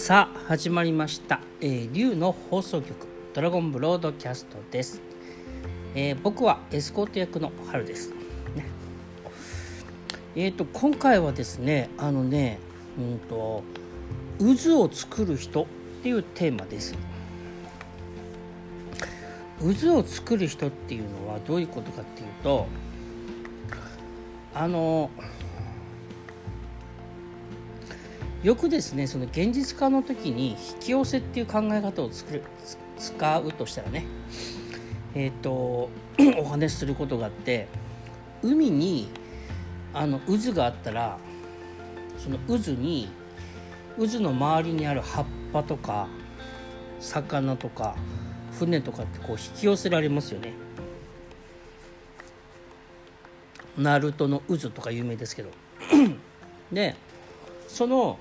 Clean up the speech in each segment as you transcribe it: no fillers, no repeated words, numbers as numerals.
さあ始まりました、龍の放送局ドラゴンブロードキャストです。僕はエスコート役の春です、ね。今回はですね渦を作る人っていうテーマです。渦を作る人っていうのはどういうことかっていうと、よくですね、その現実化の時に引き寄せっていう考え方を使うとしたらね、お話しすることがあって、海に渦があったら、その渦の周りにある葉っぱとか魚とか船とかってこう引き寄せられますよね。ナルトの渦とか有名ですけどでその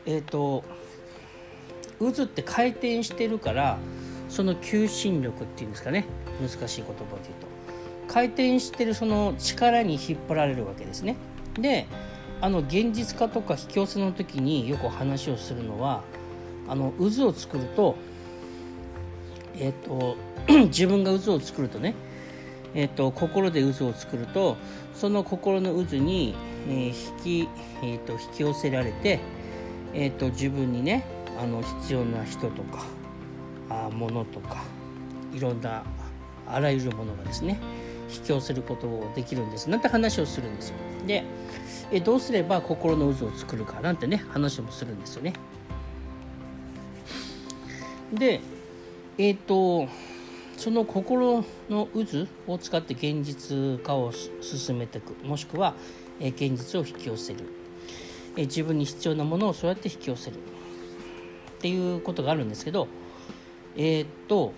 渦って回転してるから、その求心力っていうんですかね、難しい言葉で言うと回転してるその力に引っ張られるわけですね。で現実化とか引き寄せの時によく話をするのは、渦を作ると自分が渦を作るとね、心で渦を作ると、その心の渦に、引き寄せられて、自分にね必要な人とか物とかいろんなあらゆるものがですね引き寄せることをできるんですなんて話をするんですよ。でどうすれば心の渦を作るかなんてね話もするんですよね。でその心の渦を使って現実化を進めていく、もしくは現実を引き寄せる、自分に必要なものをそうやって引き寄せるっていうことがあるんですけど、こ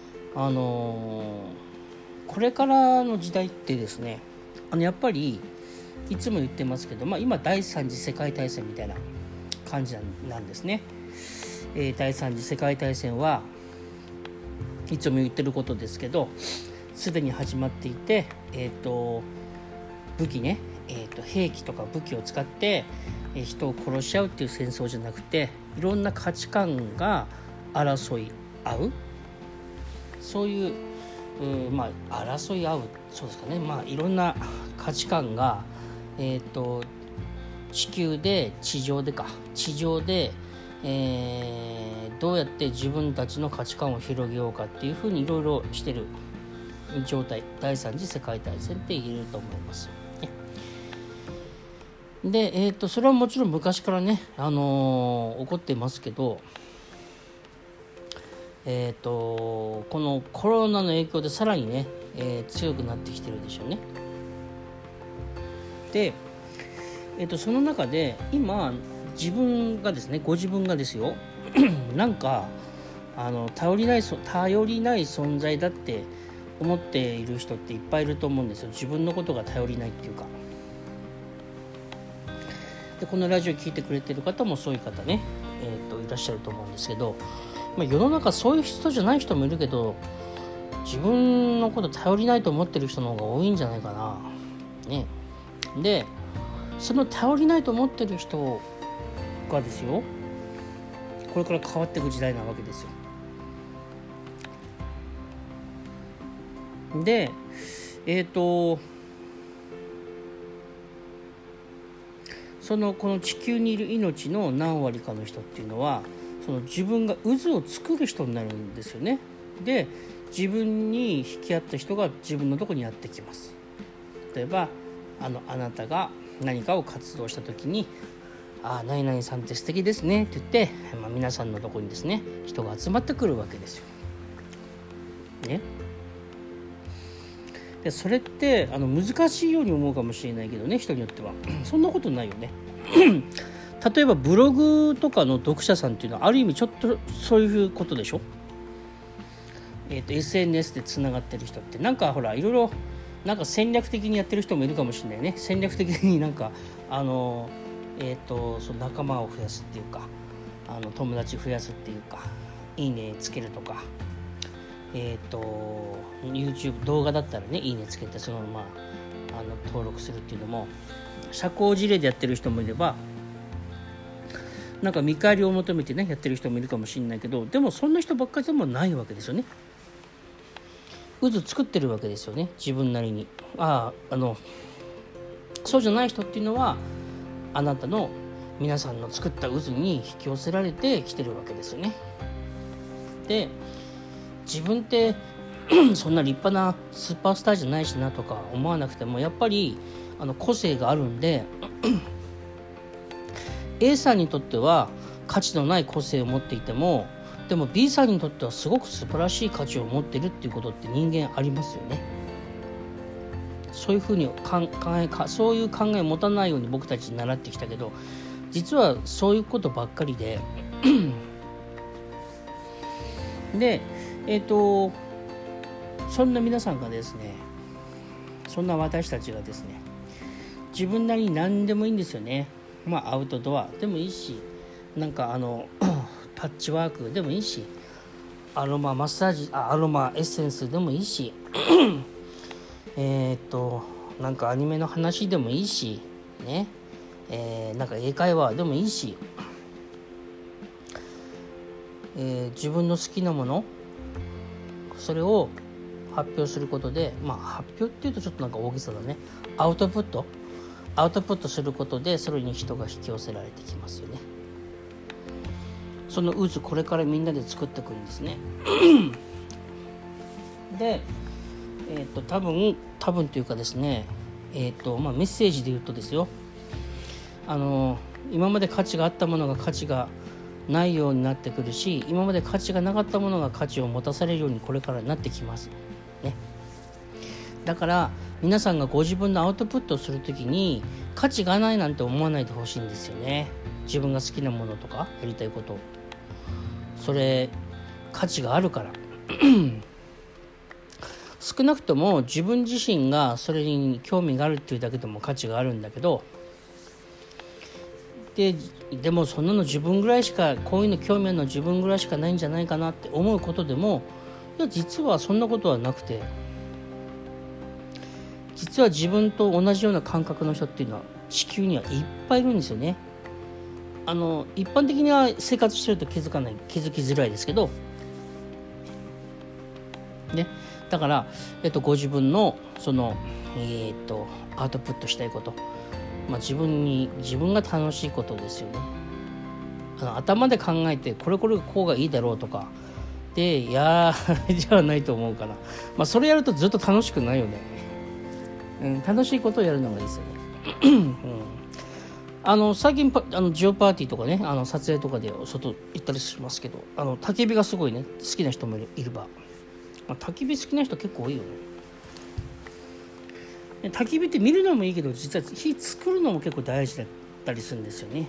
れからの時代ってですね、やっぱりいつも言ってますけど、今第三次世界大戦みたいな感じなんですね。第三次世界大戦はいつも言ってることですけど、すでに始まっていて、武器ね、兵器とか武器を使って人を殺し合うっていう戦争じゃなくて、いろんな価値観が争い合う、そういう、争い合う、そうですかね、いろんな価値観が、地上で、どうやって自分たちの価値観を広げようかっていうふうにいろいろしてる状態、第三次世界大戦って言えると思います。で、それはもちろん昔からね、起こってますけど、このコロナの影響でさらにね、強くなってきてるでしょうね。で、その中で今自分がですね、ご自分がですよなんか頼りない存在だって思っている人っていっぱいいると思うんですよ。自分のことが頼りないっていうか。でこのラジオ聞いてくれてる方もそういう方ね、いらっしゃると思うんですけど、世の中そういう人じゃない人もいるけど、自分のこと頼りないと思ってる人の方が多いんじゃないかな、ね。でその頼りないと思ってる人がですよ、これから変わっていく時代なわけですよ。でこの地球にいる命の何割かの人っていうのは、その自分が渦を作る人になるんですよね。で自分に引き合った人が自分のところにやってきます。例えばあなたが何かを活動した時に、何々さんって素敵ですねって言って、皆さんのところにですね人が集まってくるわけですよね。でそれって難しいように思うかもしれないけどね、人によってはそんなことないよね例えばブログとかの読者さんっていうのはある意味ちょっとそういうことでしょ。SNS でつながってる人ってなんかほらいろいろなんか戦略的にやってる人もいるかもしれないね。戦略的になんかその仲間を増やすっていうか、友達増やすっていうか、いいねつけるとか、YouTube 動画だったらねいいねつけてそのまま登録するっていうのも社交辞令でやってる人もいれば、 なんか見返りを求めてねやってる人もいるかもしれないけど、でもそんな人ばっかりでもないわけですよね。渦作ってるわけですよね、自分なりに。そうじゃない人っていうのはあなたの皆さんの作った渦に引き寄せられてきてるわけですよね。で、自分ってそんな立派なスーパースターじゃないしなとか思わなくても、やっぱり個性があるんでA さんにとっては価値のない個性を持っていても、でも B さんにとってはすごく素晴らしい価値を持っているっていうことって人間ありますよね。そういうふうにそういう考えを持たないように僕たち習ってきたけど、実はそういうことばっかりででそんな皆さんがですね、そんな私たちがですね、自分なりに何でもいいんですよね。アウトドアでもいいし、なんかパッチワークでもいいし、アロママッサージ、アロマエッセンスでもいいしなんかアニメの話でもいいしね、なんか英会話でもいいし、自分の好きなもの、それを発表することで、発表っていうとちょっとなんか大げさだね、アウトプットすることで、それに人が引き寄せられてきますよね。その渦、これからみんなで作っていくんですねで、多分というかですね、メッセージで言うとですよ、今まで価値があったものが価値がないようになってくるし、今まで価値がなかったものが価値を持たされるようにこれからなってきますね。だから皆さんがご自分のアウトプットをするときに価値がないなんて思わないでほしいんですよね。自分が好きなものとかやりたいこと、それ価値があるから少なくとも自分自身がそれに興味があるっていうだけでも価値があるんだけど、でもそんなの自分ぐらいしか、こういうの興味あるの自分ぐらいしかないんじゃないかなって思うことでも、いや実はそんなことはなくて、実は自分と同じような感覚の人っていうのは地球にはいっぱいいるんですよね。一般的には生活してると気づきづらいですけどね。だから、ご自分のそのアウトプットしたいこと、自分が楽しいことですよね。頭で考えてこれこうがいいだろうとかでじゃないと思うから、それやるとずっと楽しくないよね。楽しいことをやるのがいいですよね。最近ジオパーティーとかね、撮影とかで外行ったりしますけど、焚き火がすごいね好きな人もいれば、焚き火好きな人結構多いよね。焚き火って見るのもいいけど、実は火作るのも結構大事だったりするんですよね。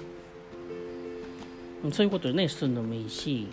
そういうことをねするのもいいし、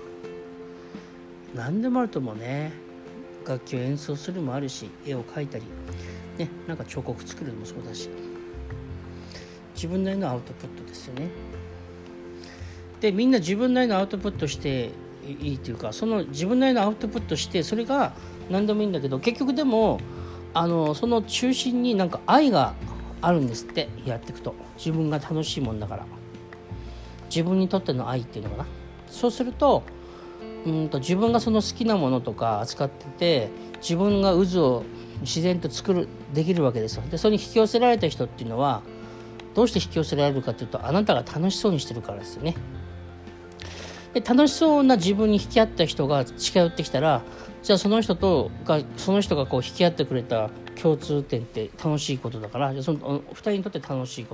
何でもあると思うね。楽器を演奏するもあるし、絵を描いたりね、なんか彫刻作るのもそうだし、自分なりのアウトプットですよね。で、みんな自分なりのアウトプットしていいというか、その自分なりのアウトプットして、それが何でもいいんだけど、結局でもその中心になんか愛があるんですって。やっていくと自分が楽しいもんだから、自分にとっての愛っていうのかな。そうすると自分がその好きなものとか扱ってて、自分が渦を自然とできるわけですよ。で、それに引き寄せられた人っていうのはどうして引き寄せられるかというと、あなたが楽しそうにしてるからですよね。で、楽しそうな自分に引き合った人が近寄ってきたら、じゃあその人がこう引き合ってくれた共通点って楽しいことだから、その2人にとって楽しいこと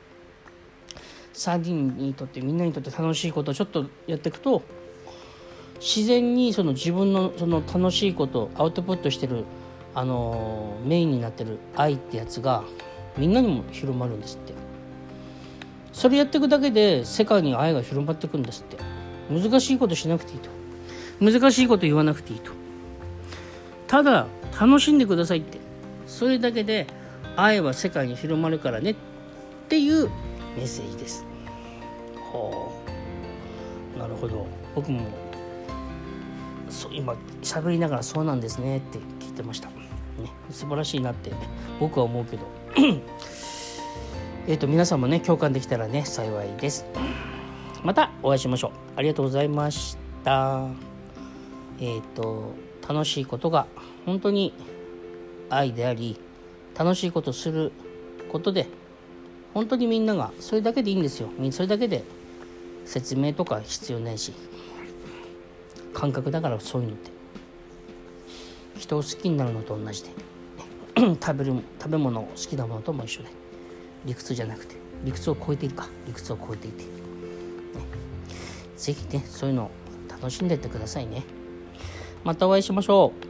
、3人にとってみんなにとって楽しいことをちょっとやっていくと、自然にその自分のその楽しいことアウトプットしてるメインになってる愛ってやつがみんなにも広まるんですって。それやっていくだけで世界に愛が広まっていくんですって。難しいことしなくていいと、難しいこと言わなくていいと、ただ楽しんでくださいって、それだけで愛は世界に広まるからねっていうメッセージです。なるほど。僕も今喋りながらそうなんですねって聞いてました、ね、素晴らしいなって僕は思うけど皆さんもね共感できたらね幸いです。 またお会いしましょう。ありがとうございました。楽しいことが本当に愛であり、楽しいことすることで本当にみんながそれだけでいいんですよ。それだけで説明とか必要ないし、感覚だから。そういうのって人を好きになるのと同じで食べ物好きなものとも一緒で、理屈じゃなくて理屈を超えていて、ぜひねそういうのを楽しんでってくださいね。またお会いしましょう。